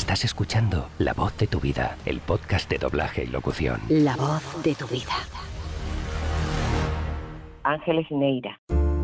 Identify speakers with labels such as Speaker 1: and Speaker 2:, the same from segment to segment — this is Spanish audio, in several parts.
Speaker 1: Estás escuchando La Voz de tu Vida, el podcast de doblaje y locución.
Speaker 2: La Voz de tu Vida.
Speaker 3: Ángeles Neira.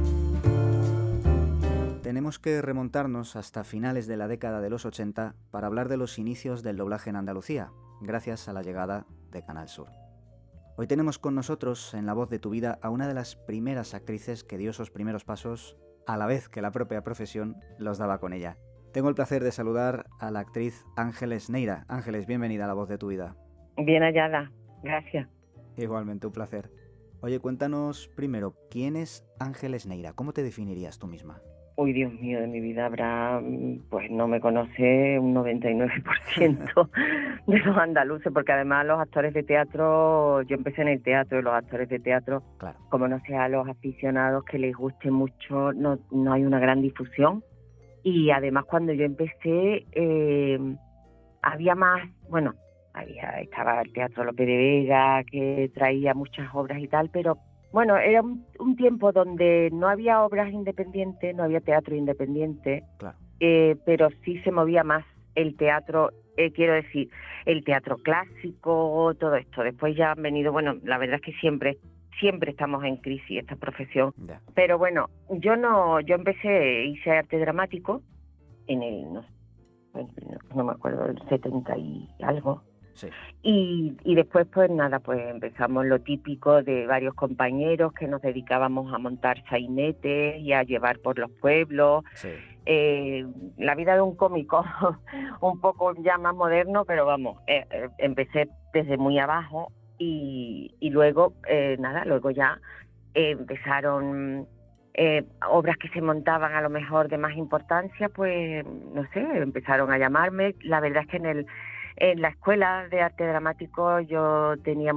Speaker 4: Tenemos que remontarnos hasta finales de la década de los 80 para hablar de los inicios del doblaje en Andalucía, gracias a la llegada de Canal Sur. Hoy tenemos con nosotros en La Voz de tu Vida a una de las primeras actrices que dio esos primeros pasos a la vez que la propia profesión los daba con ella. Tengo el placer de saludar a la actriz Ángeles Neira. Ángeles, bienvenida a La Voz de tu Vida.
Speaker 3: Bien hallada, gracias.
Speaker 4: Igualmente, un placer. Oye, cuéntanos primero, ¿quién es Ángeles Neira? ¿Cómo te definirías tú misma?
Speaker 3: Uy, Dios mío, de mi vida habrá, pues no me conoce un 99% de los andaluces, porque además los actores de teatro, yo empecé en el teatro y los actores de teatro,
Speaker 4: Claro.
Speaker 3: como no sea a los aficionados que les guste mucho, no hay una gran difusión. Y además cuando yo empecé había más, bueno, estaba el Teatro Lope de Vega, que traía muchas obras y tal, pero bueno, era un tiempo donde no había obras independientes, no había teatro independiente,
Speaker 4: Claro.
Speaker 3: pero sí se movía más el teatro, quiero decir, el teatro clásico, todo esto. Después ya han venido, bueno, la verdad es que siempre estamos en crisis esta profesión.
Speaker 4: Ya.
Speaker 3: Pero bueno, yo hice arte dramático en el, no me acuerdo, el 70 y algo.
Speaker 4: Sí.
Speaker 3: Y después pues nada, pues empezamos lo típico de varios compañeros que nos dedicábamos a montar sainetes y a llevar por los pueblos.
Speaker 4: Sí.
Speaker 3: La vida de un cómico un poco ya más moderno, pero vamos, empecé desde muy abajo y luego luego ya empezaron obras que se montaban a lo mejor de más importancia, pues no sé, empezaron a llamarme. La verdad es que en la escuela de arte dramático yo tenía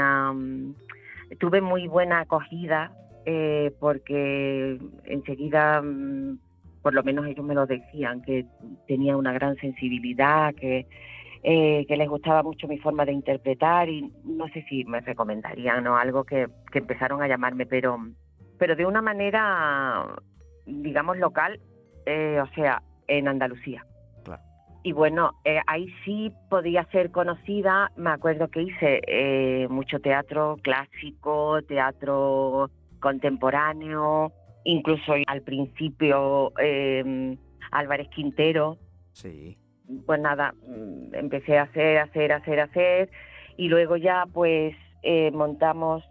Speaker 3: tuve muy buena acogida, porque enseguida, por lo menos ellos me lo decían, que tenía una gran sensibilidad, que les gustaba mucho mi forma de interpretar y no sé si me recomendarían o algo, que empezaron a llamarme, pero de una manera, digamos, local, o sea, en Andalucía.
Speaker 4: Claro.
Speaker 3: Y bueno, ahí sí podía ser conocida. Me acuerdo que hice mucho teatro clásico, teatro contemporáneo, incluso al principio Álvarez Quintero.
Speaker 4: Sí.
Speaker 3: Pues nada, empecé a hacer y luego ya pues montamos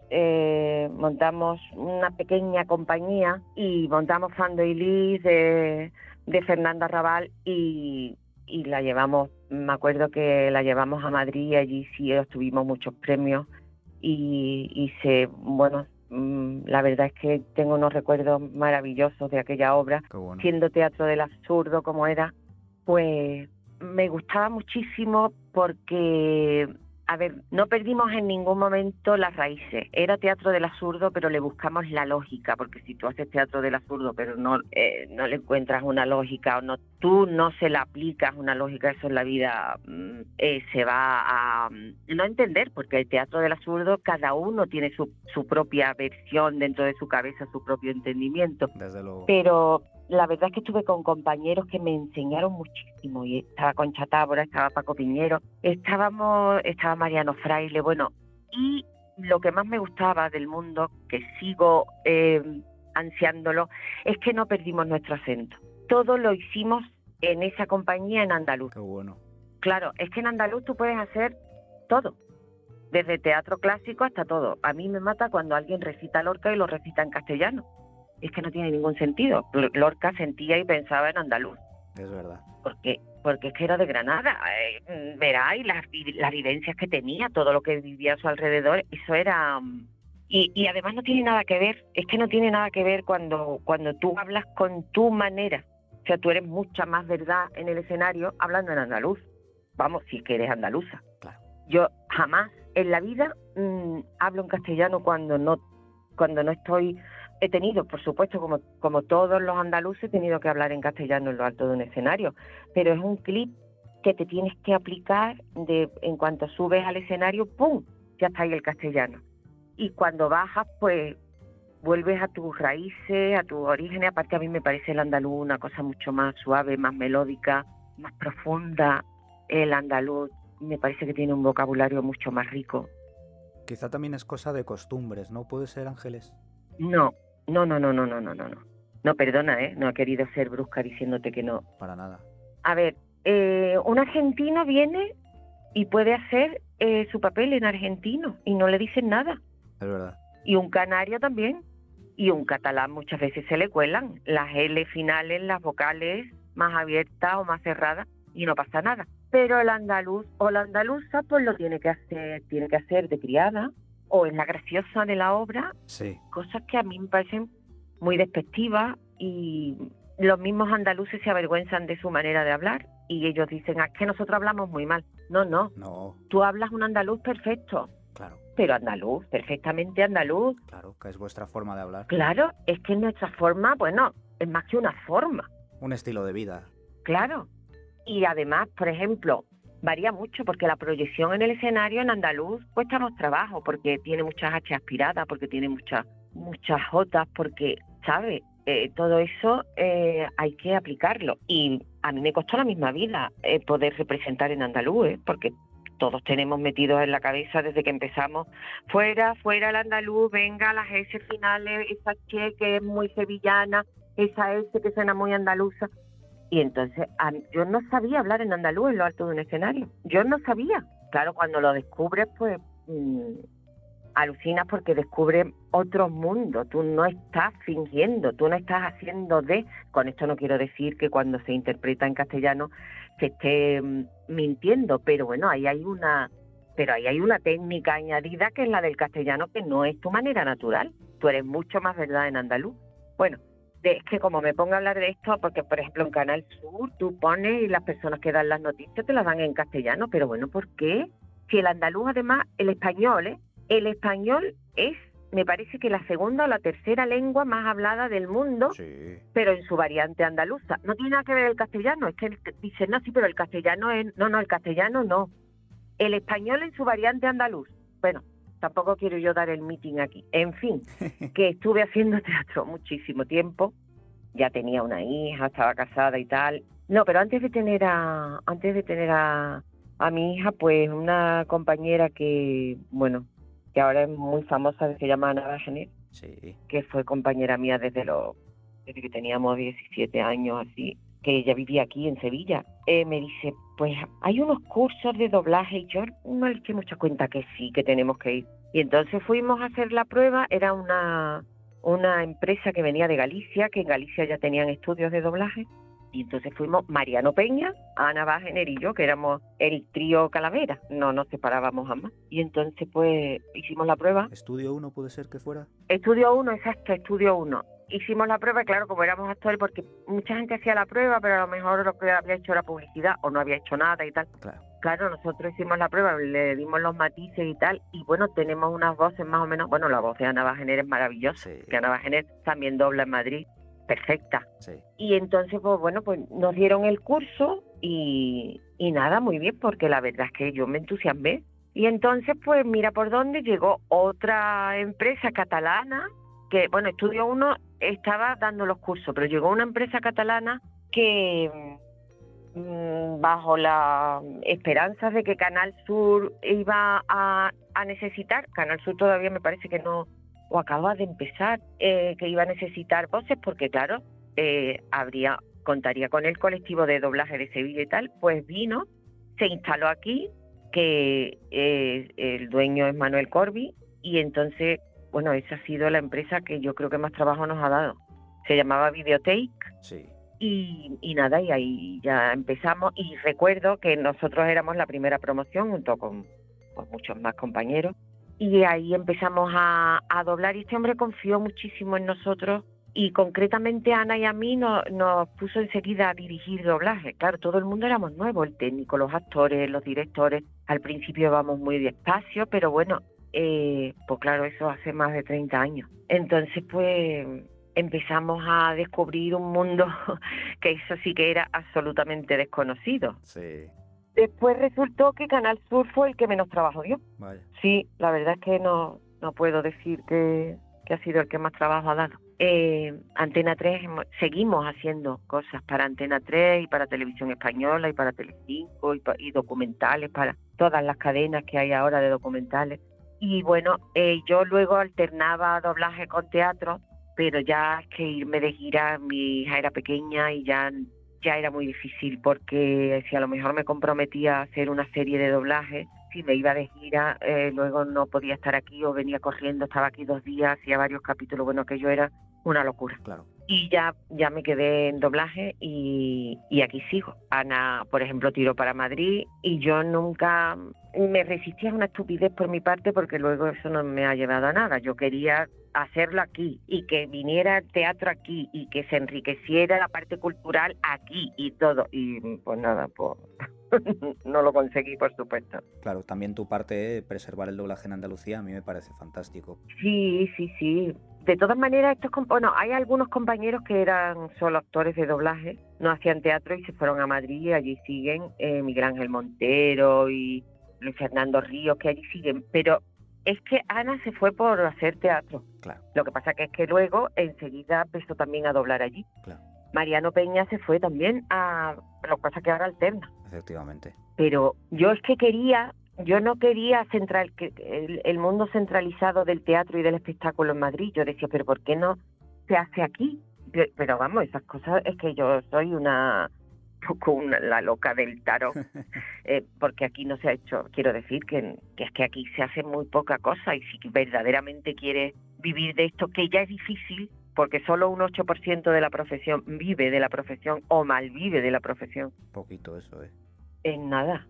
Speaker 3: una pequeña compañía y montamos Fando y Lis de Fernanda Raval y la llevamos, me acuerdo que la llevamos a Madrid y allí sí obtuvimos muchos premios y la verdad es que tengo unos recuerdos maravillosos de aquella obra.
Speaker 4: Qué bueno.
Speaker 3: Siendo teatro del absurdo como era, pues me gustaba muchísimo porque, a ver, no perdimos en ningún momento las raíces. Era teatro del absurdo, pero le buscamos la lógica, porque si tú haces teatro del absurdo, pero no le encuentras una lógica, o tú no se la aplicas una lógica, eso en la vida se va a no entender, porque el teatro del absurdo, cada uno tiene su propia versión dentro de su cabeza, su propio entendimiento.
Speaker 4: Desde luego.
Speaker 3: Pero la verdad es que estuve con compañeros que me enseñaron muchísimo, y estaba Concha Tábora, estaba Paco Piñero, estaba Mariano Fraile, bueno, y lo que más me gustaba del mundo, que sigo ansiándolo, es que no perdimos nuestro acento. Todo lo hicimos en esa compañía en andaluz.
Speaker 4: Qué bueno.
Speaker 3: Claro, es que en andaluz tú puedes hacer todo, desde teatro clásico hasta todo. A mí me mata cuando alguien recita Lorca y lo recita en castellano. Es que no tiene ningún sentido. Lorca sentía y pensaba en andaluz.
Speaker 4: Es verdad.
Speaker 3: Porque es que era de Granada. Verá, y las vivencias que tenía, todo lo que vivía a su alrededor, eso era... Y además no tiene nada que ver, es que no tiene nada que ver cuando tú hablas con tu manera. O sea, tú eres mucha más verdad en el escenario hablando en andaluz. Vamos, si es que eres andaluza.
Speaker 4: Claro.
Speaker 3: Yo jamás en la vida hablo en castellano cuando no estoy... He tenido, por supuesto, como todos los andaluces, he tenido que hablar en castellano en lo alto de un escenario, pero es un clip que te tienes que aplicar en cuanto subes al escenario, ¡pum!, ya está ahí el castellano. Y cuando bajas, pues vuelves a tus raíces, a tus orígenes. Aparte, a mí me parece el andaluz una cosa mucho más suave, más melódica, más profunda. El andaluz me parece que tiene un vocabulario mucho más rico.
Speaker 4: Quizá también es cosa de costumbres, ¿no? ¿Puede ser, Ángeles?
Speaker 3: No, no, no, no, no, no, no, no, no. No, perdona, no he querido ser brusca diciéndote que no.
Speaker 4: Para nada.
Speaker 3: A ver, un argentino viene y puede hacer su papel en argentino y no le dicen nada.
Speaker 4: Es verdad.
Speaker 3: Y un canario también. Y un catalán muchas veces se le cuelan las L finales, las vocales más abiertas o más cerradas y no pasa nada. Pero el andaluz o la andaluza pues lo tiene que hacer de criada o es la graciosa de la obra.
Speaker 4: Sí.
Speaker 3: Cosas que a mí me parecen muy despectivas y los mismos andaluces se avergüenzan de su manera de hablar y ellos dicen, es que nosotros hablamos muy mal. No,
Speaker 4: No,
Speaker 3: tú hablas un andaluz perfecto,
Speaker 4: claro,
Speaker 3: pero andaluz, perfectamente andaluz.
Speaker 4: claro, que es vuestra forma de hablar.
Speaker 3: Claro, es que nuestra forma, bueno, es más que una forma,
Speaker 4: Un estilo de vida.
Speaker 3: claro. Y además, por ejemplo, varía mucho porque la proyección en el escenario en andaluz cuesta más trabajo porque tiene muchas H aspiradas, porque tiene muchas J, porque, ¿sabes? Todo eso hay que aplicarlo. Y a mí me costó la misma vida poder representar en andaluz, porque todos tenemos metidos en la cabeza desde que empezamos, fuera el andaluz, venga las S finales, esa che que es muy sevillana, esa S que suena muy andaluza. Y entonces yo no sabía hablar en andaluz en lo alto de un escenario. Yo no sabía. Claro, cuando lo descubres, pues alucinas porque descubres otro mundo. Tú no estás fingiendo, tú no estás haciendo de... Con esto no quiero decir que cuando se interpreta en castellano se esté mintiendo, pero bueno, ahí hay una técnica añadida que es la del castellano, que no es tu manera natural. Tú eres mucho más verdad en andaluz. Bueno, es que como me pongo a hablar de esto, porque por ejemplo en Canal Sur tú pones y las personas que dan las noticias te las dan en castellano, pero bueno, ¿por qué? Si el andaluz además, el español es, me parece que la segunda o la tercera lengua más hablada del mundo,
Speaker 4: Sí.
Speaker 3: pero en su variante andaluza. No tiene nada que ver el castellano, es que dicen, no, sí, pero el castellano es... No, el castellano no. El español en su variante andaluz. Bueno, tampoco quiero yo dar el meeting aquí. En fin, que estuve haciendo teatro muchísimo tiempo. Ya tenía una hija, estaba casada y tal. No, pero antes de tener a mi hija, pues una compañera que, bueno, que ahora es muy famosa, que se llama Ana Bajener,
Speaker 4: Sí.
Speaker 3: que fue compañera mía desde que teníamos 17 años, así, que ella vivía aquí en Sevilla, me dice, pues hay unos cursos de doblaje, y yo no le eché mucha cuenta que sí, que tenemos que ir. Y entonces fuimos a hacer la prueba. Era una empresa que venía de Galicia, que en Galicia ya tenían estudios de doblaje, y entonces fuimos Mariano Peña, Ana Bajener y yo, que éramos el trío Calavera, no nos separábamos jamás. Y entonces pues hicimos la prueba.
Speaker 4: ¿Estudio 1 puede ser que fuera?
Speaker 3: Estudio 1, exacto, Estudio 1. Hicimos la prueba, claro, como éramos actores, porque mucha gente hacía la prueba, pero a lo mejor lo que había hecho era publicidad o no había hecho nada y tal. Claro, nosotros hicimos la prueba, le dimos los matices y tal, y bueno, tenemos unas voces más o menos, bueno, la voz de Ana Bajener es maravillosa,
Speaker 4: Sí.
Speaker 3: que Ana Bajener también dobla en Madrid, perfecta.
Speaker 4: Sí.
Speaker 3: Y entonces, pues bueno, pues nos dieron el curso y nada, muy bien, porque la verdad es que yo me entusiasmé. Y entonces, pues mira por dónde llegó otra empresa catalana, que, bueno, Estudio 1 estaba dando los cursos, pero llegó una empresa catalana que, bajo la esperanza de que Canal Sur iba a necesitar, Canal Sur todavía me parece que no, o acaba de empezar, que iba a necesitar voces, porque claro, contaría con el colectivo de doblaje de Sevilla y tal, pues vino, se instaló aquí, que el dueño es Manuel Corby, y entonces, bueno, esa ha sido la empresa que yo creo que más trabajo nos ha dado. Se llamaba Videotake.
Speaker 4: Sí.
Speaker 3: Y nada, y ahí ya empezamos. Y recuerdo que nosotros éramos la primera promoción junto con muchos más compañeros. Y ahí empezamos a doblar, y este hombre confió muchísimo en nosotros. Y concretamente a Ana y a mí nos puso enseguida a dirigir doblaje. Claro, todo el mundo éramos nuevos, el técnico, los actores, los directores. Al principio íbamos muy despacio, pero bueno, pues claro, eso hace más de 30 años. Entonces, pues empezamos a descubrir un mundo que eso sí que era absolutamente desconocido.
Speaker 4: Sí.
Speaker 3: Después resultó que Canal Sur fue el que menos trabajo dio.
Speaker 4: Vaya.
Speaker 3: Sí, la verdad es que no puedo decir que ha sido el que más trabajo ha dado. Antena 3, seguimos haciendo cosas para Antena 3 y para Televisión Española y para Telecinco y documentales para todas las cadenas que hay ahora de documentales. Y bueno, yo luego alternaba doblaje con teatro, pero ya es que irme de gira, mi hija era pequeña y ya era muy difícil, porque si a lo mejor me comprometía a hacer una serie de doblaje, si me iba de gira, luego no podía estar aquí o venía corriendo, estaba aquí 2 días, hacía varios capítulos, bueno, que yo era una locura.
Speaker 4: Claro.
Speaker 3: Y ya me quedé en doblaje y aquí sigo. Ana, por ejemplo, tiró para Madrid y yo nunca me resistía a una estupidez por mi parte, porque luego eso no me ha llevado a nada. Yo quería hacerlo aquí y que viniera el teatro aquí y que se enriqueciera la parte cultural aquí y todo. Y pues nada, pues no lo conseguí, por supuesto.
Speaker 4: Claro, también tu parte, preservar el doblaje en Andalucía, a mí me parece fantástico.
Speaker 3: Sí. De todas maneras, hay algunos compañeros que eran solo actores de doblaje, no hacían teatro y se fueron a Madrid, y allí siguen, Miguel Ángel Montero y Luis Fernando Ríos, que allí siguen, pero es que Ana se fue por hacer teatro.
Speaker 4: Claro.
Speaker 3: Lo que pasa que es que luego enseguida empezó también a doblar allí.
Speaker 4: Claro.
Speaker 3: Mariano Peña se fue también lo que pasa que ahora alterna.
Speaker 4: Efectivamente.
Speaker 3: Pero yo no quería el mundo centralizado del teatro y del espectáculo en Madrid. Yo decía, pero ¿por qué no se hace aquí? Pero vamos, esas cosas, es que yo soy la loca del tarot, porque aquí no se ha hecho. Quiero decir que es que aquí se hace muy poca cosa, y si verdaderamente quieres vivir de esto, que ya es difícil, porque solo un 8% de la profesión vive de la profesión o malvive de la profesión.
Speaker 4: Poquito eso,
Speaker 3: En nada.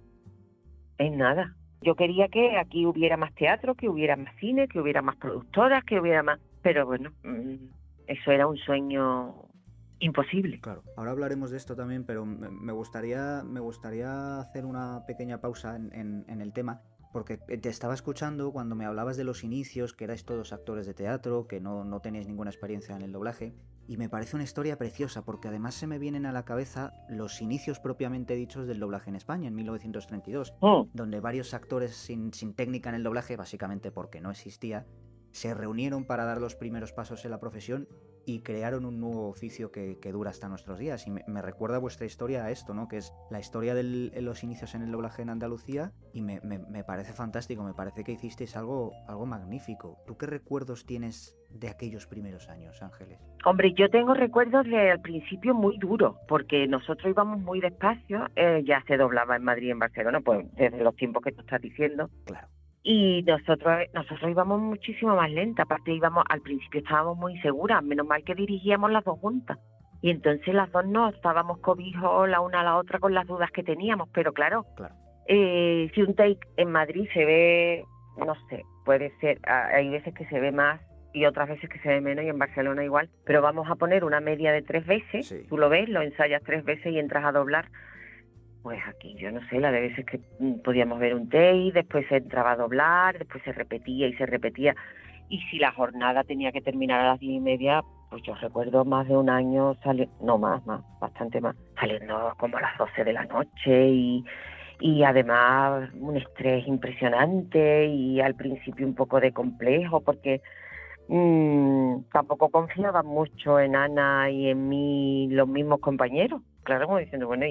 Speaker 3: Yo quería que aquí hubiera más teatro, que hubiera más cine, que hubiera más productoras, que hubiera más... Pero bueno, eso era un sueño imposible.
Speaker 4: Claro. Ahora hablaremos de esto también, pero me gustaría hacer una pequeña pausa en el tema, porque te estaba escuchando cuando me hablabas de los inicios, que erais todos actores de teatro, que no teníais ninguna experiencia en el doblaje, y me parece una historia preciosa, porque además se me vienen a la cabeza los inicios propiamente dichos del doblaje en España, en 1932, donde varios actores sin técnica en el doblaje, básicamente porque no existía, se reunieron para dar los primeros pasos en la profesión y crearon un nuevo oficio que dura hasta nuestros días. Y me recuerda vuestra historia a esto, ¿no? Que es la historia de los inicios en el doblaje en Andalucía, y me parece fantástico, me parece que hicisteis algo magnífico. ¿Tú qué recuerdos tienes de aquellos primeros años, Ángeles?
Speaker 3: Hombre, yo tengo recuerdos de al principio muy duros, porque nosotros íbamos muy despacio, ya se doblaba en Madrid y en Barcelona, pues desde los tiempos que tú estás diciendo.
Speaker 4: Claro.
Speaker 3: Y nosotros íbamos muchísimo más lenta, aparte al principio estábamos muy seguras, menos mal que dirigíamos las dos juntas. Y entonces las dos no estábamos cobijos la una a la otra con las dudas que teníamos, pero claro. Si un take en Madrid se ve, no sé, puede ser, hay veces que se ve más y otras veces que se ve menos, y en Barcelona igual, pero vamos a poner una media de 3 veces, sí. Tú lo ves, lo ensayas 3 veces y entras a doblar. Pues aquí yo no sé, la de veces que podíamos ver un take, después se entraba a doblar, después se repetía, y si la jornada tenía que terminar a las 10:30, pues yo recuerdo más de un año bastante más, saliendo como a las 12 de la noche, y además un estrés impresionante, y al principio un poco de complejo, porque tampoco confiaban mucho en Ana y en mí los mismos compañeros, claro, como diciendo, bueno,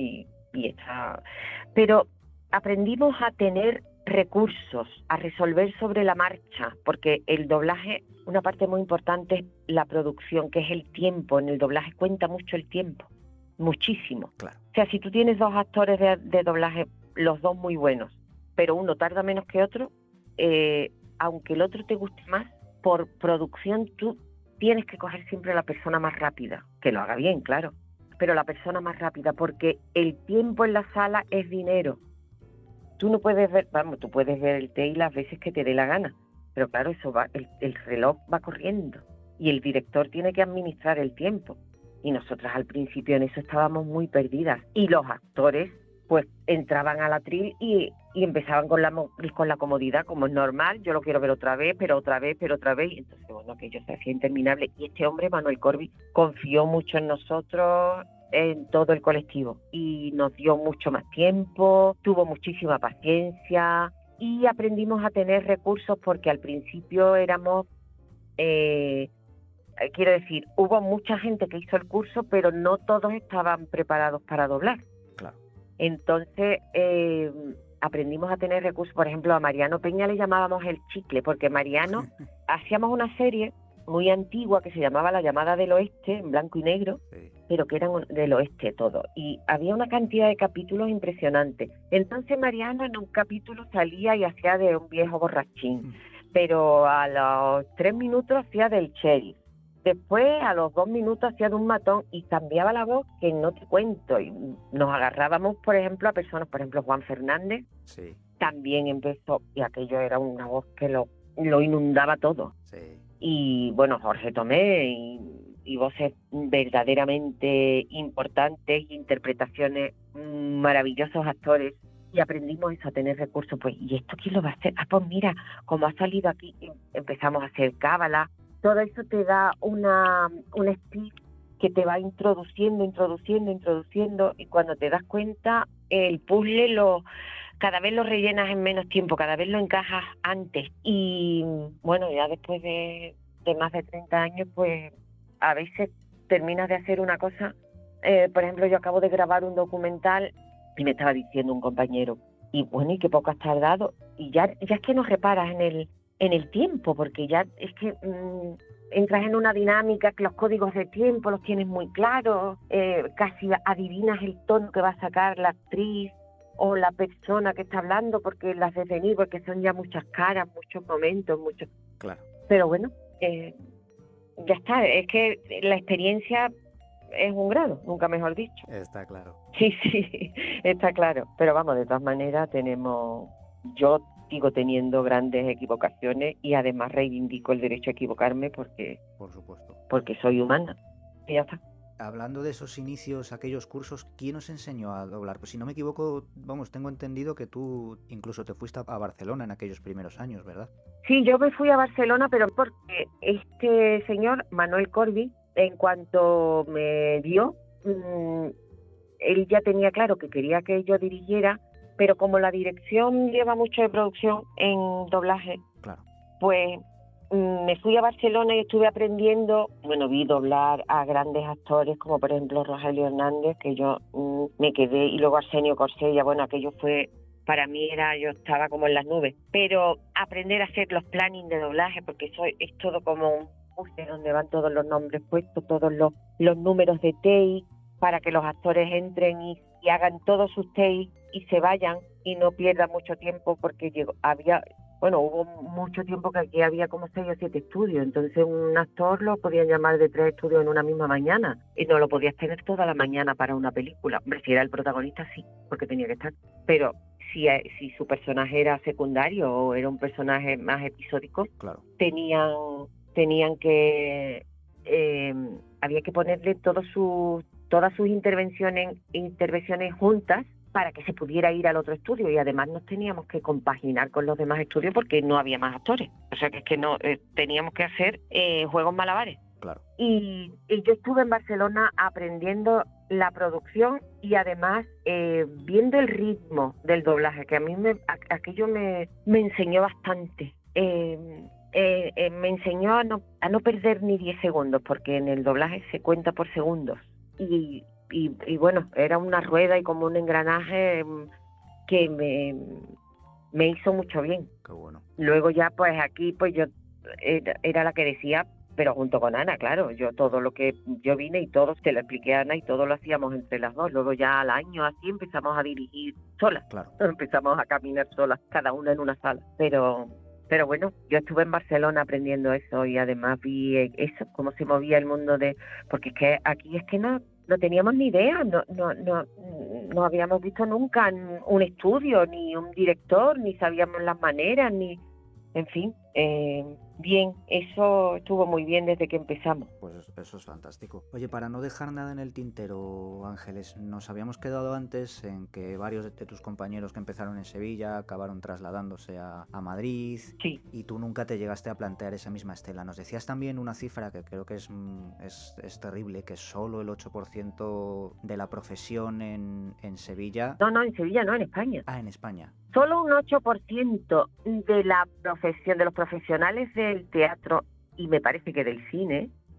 Speaker 3: pero aprendimos a tener recursos, a resolver sobre la marcha, porque el doblaje, una parte muy importante es la producción, que es el tiempo. En el doblaje cuenta mucho el tiempo, muchísimo.
Speaker 4: Claro.
Speaker 3: O sea, si tú tienes 2 actores de doblaje, los 2 muy buenos, pero uno tarda menos que otro, aunque el otro te guste más, por producción tú tienes que coger siempre a la persona más rápida, que lo haga bien, claro, pero la persona más rápida, porque el tiempo en la sala es dinero. Tú no puedes ver, tú puedes ver el take las veces que te dé la gana, pero claro, eso va, el reloj va corriendo y el director tiene que administrar el tiempo. Y nosotras al principio en eso estábamos muy perdidas, y los actores pues entraban al atril y empezaban con la comodidad, como es normal, yo lo quiero ver otra vez, pero otra vez, y entonces bueno, aquello se hacía interminable. Y este hombre, Manuel Corvi, confió mucho en nosotros, en todo el colectivo, y nos dio mucho más tiempo, tuvo muchísima paciencia, y aprendimos a tener recursos, porque al principio éramos quiero decir, hubo mucha gente que hizo el curso, pero no todos estaban preparados para doblar.
Speaker 4: Claro.
Speaker 3: Entonces, aprendimos a tener recursos. Por ejemplo, a Mariano Peña le llamábamos el chicle, porque Mariano hacíamos una serie muy antigua que se llamaba La llamada del oeste, en blanco y negro, sí, pero que eran del oeste todo. Y había una cantidad de capítulos impresionantes. Entonces Mariano en un capítulo salía y hacía de un viejo borrachín, pero a los 3 minutos hacía del sheriff. Después, a los 2 minutos, hacía de un matón y cambiaba la voz que no te cuento. Y nos agarrábamos, por ejemplo, a personas, por ejemplo, Juan Fernández, sí, también empezó, y aquello era una voz que lo inundaba todo. Sí. Y bueno, Jorge Tomé y voces verdaderamente importantes, interpretaciones, maravillosos actores. Y aprendimos eso, a tener recursos. Pues, ¿y esto quién lo va a hacer? Pues mira, como ha salido aquí, empezamos a hacer cábala. Todo eso te da un speech que te va introduciendo, y cuando te das cuenta, el puzzle cada vez lo rellenas en menos tiempo, cada vez lo encajas antes. Y bueno, ya después de más de 30 años, pues a veces terminas de hacer una cosa. Por ejemplo, yo acabo de grabar un documental y me estaba diciendo un compañero, y bueno, y qué poco has tardado, y ya es que no reparas en el tiempo, porque ya es que entras en una dinámica que los códigos de tiempo los tienes muy claros, casi adivinas el tono que va a sacar la actriz o la persona que está hablando, porque las ves venir, porque son ya muchas caras, muchos momentos, muchos...
Speaker 4: Claro.
Speaker 3: Pero bueno, ya está, es que la experiencia es un grado, nunca mejor dicho.
Speaker 4: Está claro.
Speaker 3: Sí, está claro, pero vamos, de todas maneras yo sigo teniendo grandes equivocaciones y además reivindico el derecho a equivocarme porque...
Speaker 4: Por supuesto.
Speaker 3: Porque soy humana, y ya está.
Speaker 4: Hablando de esos inicios, aquellos cursos, ¿quién os enseñó a doblar? Pues si no me equivoco, vamos, tengo entendido que tú incluso te fuiste a Barcelona en aquellos primeros años, ¿verdad?
Speaker 3: Sí, yo me fui a Barcelona, pero porque este señor, Manuel Corbi, en cuanto me vio, él ya tenía claro que quería que yo dirigiera, pero como la dirección lleva mucho de producción en doblaje,
Speaker 4: claro,
Speaker 3: pues me fui a Barcelona y estuve aprendiendo. Bueno, vi doblar a grandes actores como por ejemplo Rogelio Hernández, que yo me quedé, y luego Arsenio Corsella. Bueno, aquello fue, para mí yo estaba como en las nubes. Pero aprender a hacer los plannings de doblaje, porque eso es todo como un puzzle donde van todos los nombres puestos, todos los números de take, para que los actores entren y hagan todos sus takes y se vayan y no pierdan mucho tiempo, porque hubo mucho tiempo que aquí había como 6 o 7 estudios, entonces un actor lo podían llamar de 3 estudios en una misma mañana y no lo podías tener toda la mañana para una película. Hombre, si era el protagonista sí, porque tenía que estar, pero si su personaje era secundario o era un personaje más episódico,
Speaker 4: claro,
Speaker 3: tenían que había que ponerle todas sus intervenciones juntas para que se pudiera ir al otro estudio, y además nos teníamos que compaginar con los demás estudios porque no había más actores. O sea que es que no teníamos que hacer juegos malabares.
Speaker 4: Claro.
Speaker 3: Y yo estuve en Barcelona aprendiendo la producción y además viendo el ritmo del doblaje, que a mí aquello me enseñó bastante. Me enseñó a no perder ni 10 segundos, porque en el doblaje se cuenta por segundos. Y bueno, era una rueda y como un engranaje que me hizo mucho bien.
Speaker 4: Qué bueno.
Speaker 3: Luego ya pues aquí pues yo era la que decía, pero junto con Ana, claro, yo todo lo que yo vine y todo se lo expliqué a Ana y todo lo hacíamos entre las dos. Luego ya al año así empezamos a dirigir solas,
Speaker 4: claro,
Speaker 3: empezamos a caminar solas, cada una en una sala. Pero bueno, yo estuve en Barcelona aprendiendo eso y además vi eso, cómo se movía el mundo porque es que aquí es que no teníamos ni idea, no habíamos visto nunca un estudio, ni un director, ni sabíamos las maneras, en fin, bien, eso estuvo muy bien desde que empezamos.
Speaker 4: Pues eso es fantástico. Oye, para no dejar nada en el tintero, Ángeles, nos habíamos quedado antes en que varios de tus compañeros que empezaron en Sevilla acabaron trasladándose a Madrid.
Speaker 3: Sí.
Speaker 4: Y tú nunca te llegaste a plantear esa misma estela. Nos decías también una cifra que creo que es terrible, que solo el 8% de la profesión en Sevilla...
Speaker 3: No, en Sevilla no, en España.
Speaker 4: Ah, en España.
Speaker 3: Solo un 8% de la profesión, de los profesionales del teatro y me parece que del cine,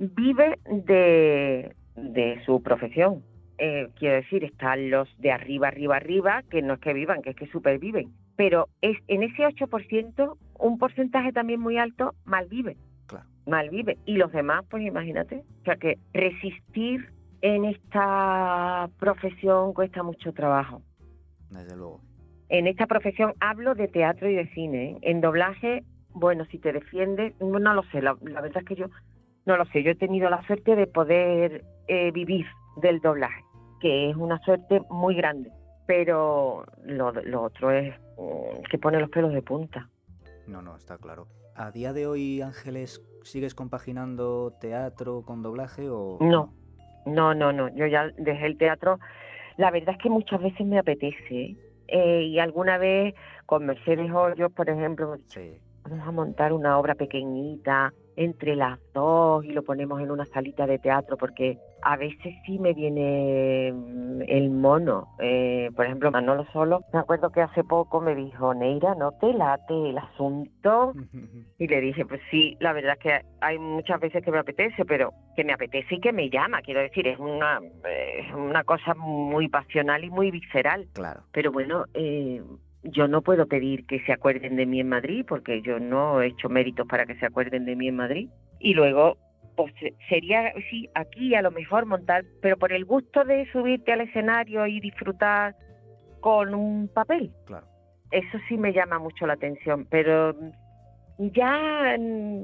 Speaker 3: vive de su profesión. Quiero decir, están los de arriba, que no es que vivan, que es que superviven. Pero en ese 8%, un porcentaje también muy alto malvive.
Speaker 4: Claro.
Speaker 3: Malvive. Y los demás, pues imagínate. O sea que resistir en esta profesión cuesta mucho trabajo.
Speaker 4: Desde luego.
Speaker 3: En esta profesión hablo de teatro y de cine, ¿eh? En doblaje, bueno, si te defiendes, no lo sé, la verdad es que yo no lo sé. Yo he tenido la suerte de poder vivir del doblaje, que es una suerte muy grande, pero lo otro es que pone los pelos de punta.
Speaker 4: No, está claro. ¿A día de hoy, Ángeles, sigues compaginando teatro con doblaje o...?
Speaker 3: No. Yo ya dejé el teatro. La verdad es que muchas veces me apetece, y alguna vez con Mercedes Hoyos, por ejemplo,
Speaker 4: Sí.
Speaker 3: vamos a montar una obra pequeñita entre las dos y lo ponemos en una salita de teatro, porque a veces sí me viene el mono. Por ejemplo, Manolo Solo, me acuerdo que hace poco me dijo: Neira, ¿no te late el asunto? Y le dije, pues sí, la verdad es que hay muchas veces que me apetece, pero que me apetece y que me llama. Quiero decir, es una cosa muy pasional y muy visceral.
Speaker 4: Claro.
Speaker 3: Pero bueno, yo no puedo pedir que se acuerden de mí en Madrid, porque yo no he hecho méritos para que se acuerden de mí en Madrid. Y luego, pues sería, sí, aquí a lo mejor montar, pero por el gusto de subirte al escenario y disfrutar con un papel.
Speaker 4: Claro.
Speaker 3: Eso sí me llama mucho la atención, pero ya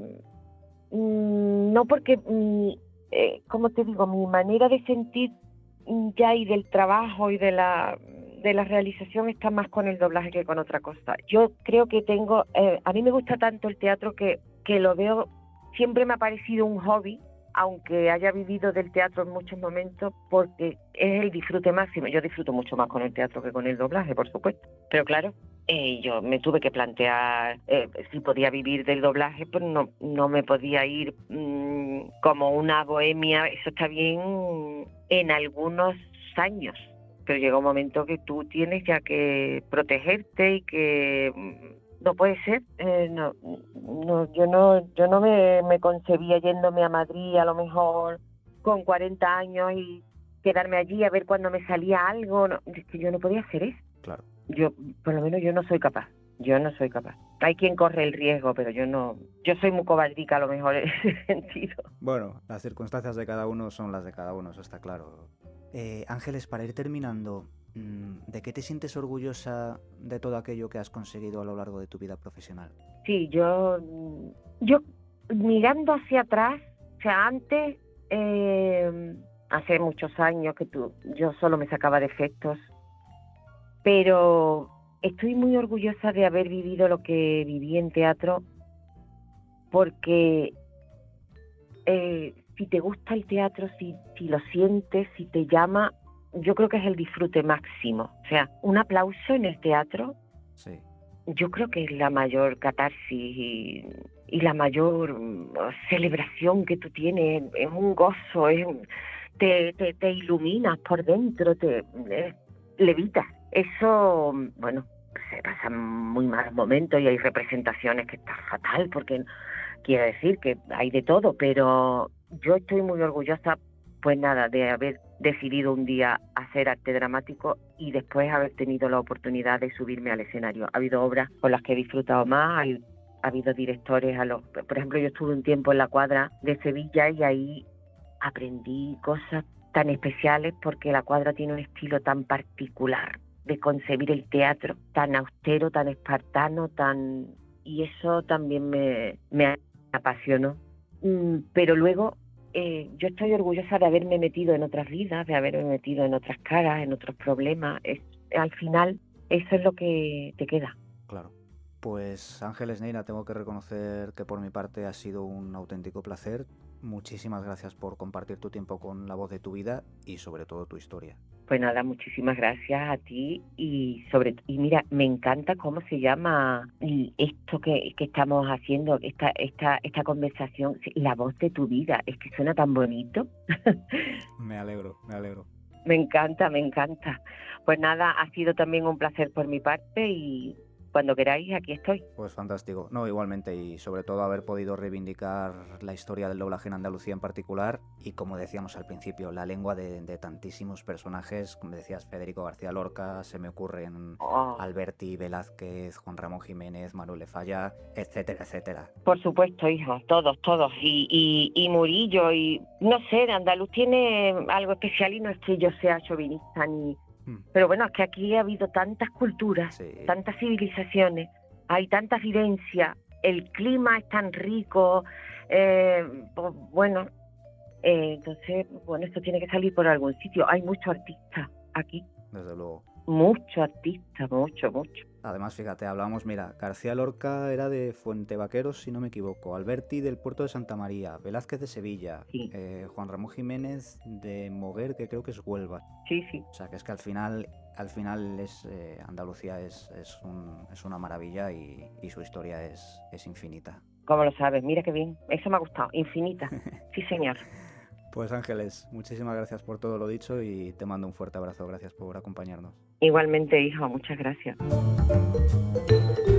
Speaker 3: no, porque, como te digo, mi manera de sentir ya y del trabajo y de la realización está más con el doblaje que con otra cosa. Yo creo que a mí me gusta tanto el teatro que lo veo, siempre me ha parecido un hobby, aunque haya vivido del teatro en muchos momentos, porque es el disfrute máximo. Yo disfruto mucho más con el teatro que con el doblaje, por supuesto. Pero claro, yo me tuve que plantear si podía vivir del doblaje, pues no me podía ir como una bohemia. Eso está bien en algunos años, pero llega un momento que tú tienes ya que protegerte y que no puede ser. Yo no me concebía yéndome a Madrid a lo mejor con 40 años y quedarme allí a ver cuándo me salía algo. No, es que yo no podía hacer eso.
Speaker 4: Claro.
Speaker 3: Yo, por lo menos, yo no soy capaz. Hay quien corre el riesgo, pero yo no. Yo soy muy cobardica a lo mejor en ese sentido.
Speaker 4: Bueno, las circunstancias de cada uno son las de cada uno, eso está claro. Ángeles, para ir terminando, ¿de qué te sientes orgullosa de todo aquello que has conseguido a lo largo de tu vida profesional?
Speaker 3: Sí, yo mirando hacia atrás, o sea, antes, hace muchos años yo solo me sacaba defectos, pero estoy muy orgullosa de haber vivido lo que viví en teatro, porque si te gusta el teatro, si lo sientes, si te llama, yo creo que es el disfrute máximo. O sea, un aplauso en el teatro,
Speaker 4: sí,
Speaker 3: yo creo que es la mayor catarsis y la mayor celebración que tú tienes. Es un gozo, te iluminas por dentro, te levitas. Eso, bueno, se pasan muy malos momentos y hay representaciones que están fatal, porque quiero decir que hay de todo, pero yo estoy muy orgullosa, pues nada, de haber decidido un día hacer arte dramático y después haber tenido la oportunidad de subirme al escenario. Ha habido obras con las que he disfrutado más, ha habido directores por ejemplo, yo estuve un tiempo en la Cuadra de Sevilla y ahí aprendí cosas tan especiales, porque la Cuadra tiene un estilo tan particular de concebir el teatro, tan austero, tan espartano, y eso también me apasionó. Pero luego yo estoy orgullosa de haberme metido en otras vidas, de haberme metido en otras caras, en otros problemas. Al final, eso es lo que te queda.
Speaker 4: Claro. Pues Ángeles Neira, tengo que reconocer que por mi parte ha sido un auténtico placer. Muchísimas gracias por compartir tu tiempo con La Voz de tu Vida y sobre todo tu historia.
Speaker 3: Pues nada, muchísimas gracias a ti y mira, me encanta cómo se llama esto que estamos haciendo, esta conversación, La Voz de tu Vida. Es que suena tan bonito.
Speaker 4: Me alegro.
Speaker 3: Me encanta. Pues nada, ha sido también un placer por mi parte y cuando queráis, aquí estoy.
Speaker 4: Pues fantástico. No, igualmente, y sobre todo haber podido reivindicar la historia del doblaje en Andalucía en particular y, como decíamos al principio, la lengua de tantísimos personajes, como decías, Federico García Lorca, se me ocurren Alberti, Velázquez, Juan Ramón Jiménez, Manuel de Falla, etcétera, etcétera.
Speaker 3: Por supuesto, hijo, todos. Y Murillo, y no sé, Andaluz tiene algo especial, y no es que yo sea chauvinista ni... Pero bueno, es que aquí ha habido tantas culturas,
Speaker 4: sí,
Speaker 3: tantas civilizaciones, hay tanta vivencia, el clima es tan rico, pues bueno, entonces, bueno, esto tiene que salir por algún sitio. Hay muchos artistas aquí.
Speaker 4: Desde luego.
Speaker 3: Muchos artistas, mucho.
Speaker 4: Además, fíjate, hablamos, mira, García Lorca era de Fuentevaqueros, si no me equivoco, Alberti del puerto de Santa María, Velázquez de Sevilla,
Speaker 3: sí.
Speaker 4: Juan Ramón Jiménez de Moguer, que creo que es Huelva.
Speaker 3: Sí.
Speaker 4: O sea, que es que al final es Andalucía es una maravilla y su historia es infinita.
Speaker 3: ¿Cómo lo sabes? Mira qué bien, eso me ha gustado, infinita. Sí, señor.
Speaker 4: Pues Ángeles, muchísimas gracias por todo lo dicho y te mando un fuerte abrazo. Gracias por acompañarnos.
Speaker 3: Igualmente, hijo, muchas gracias.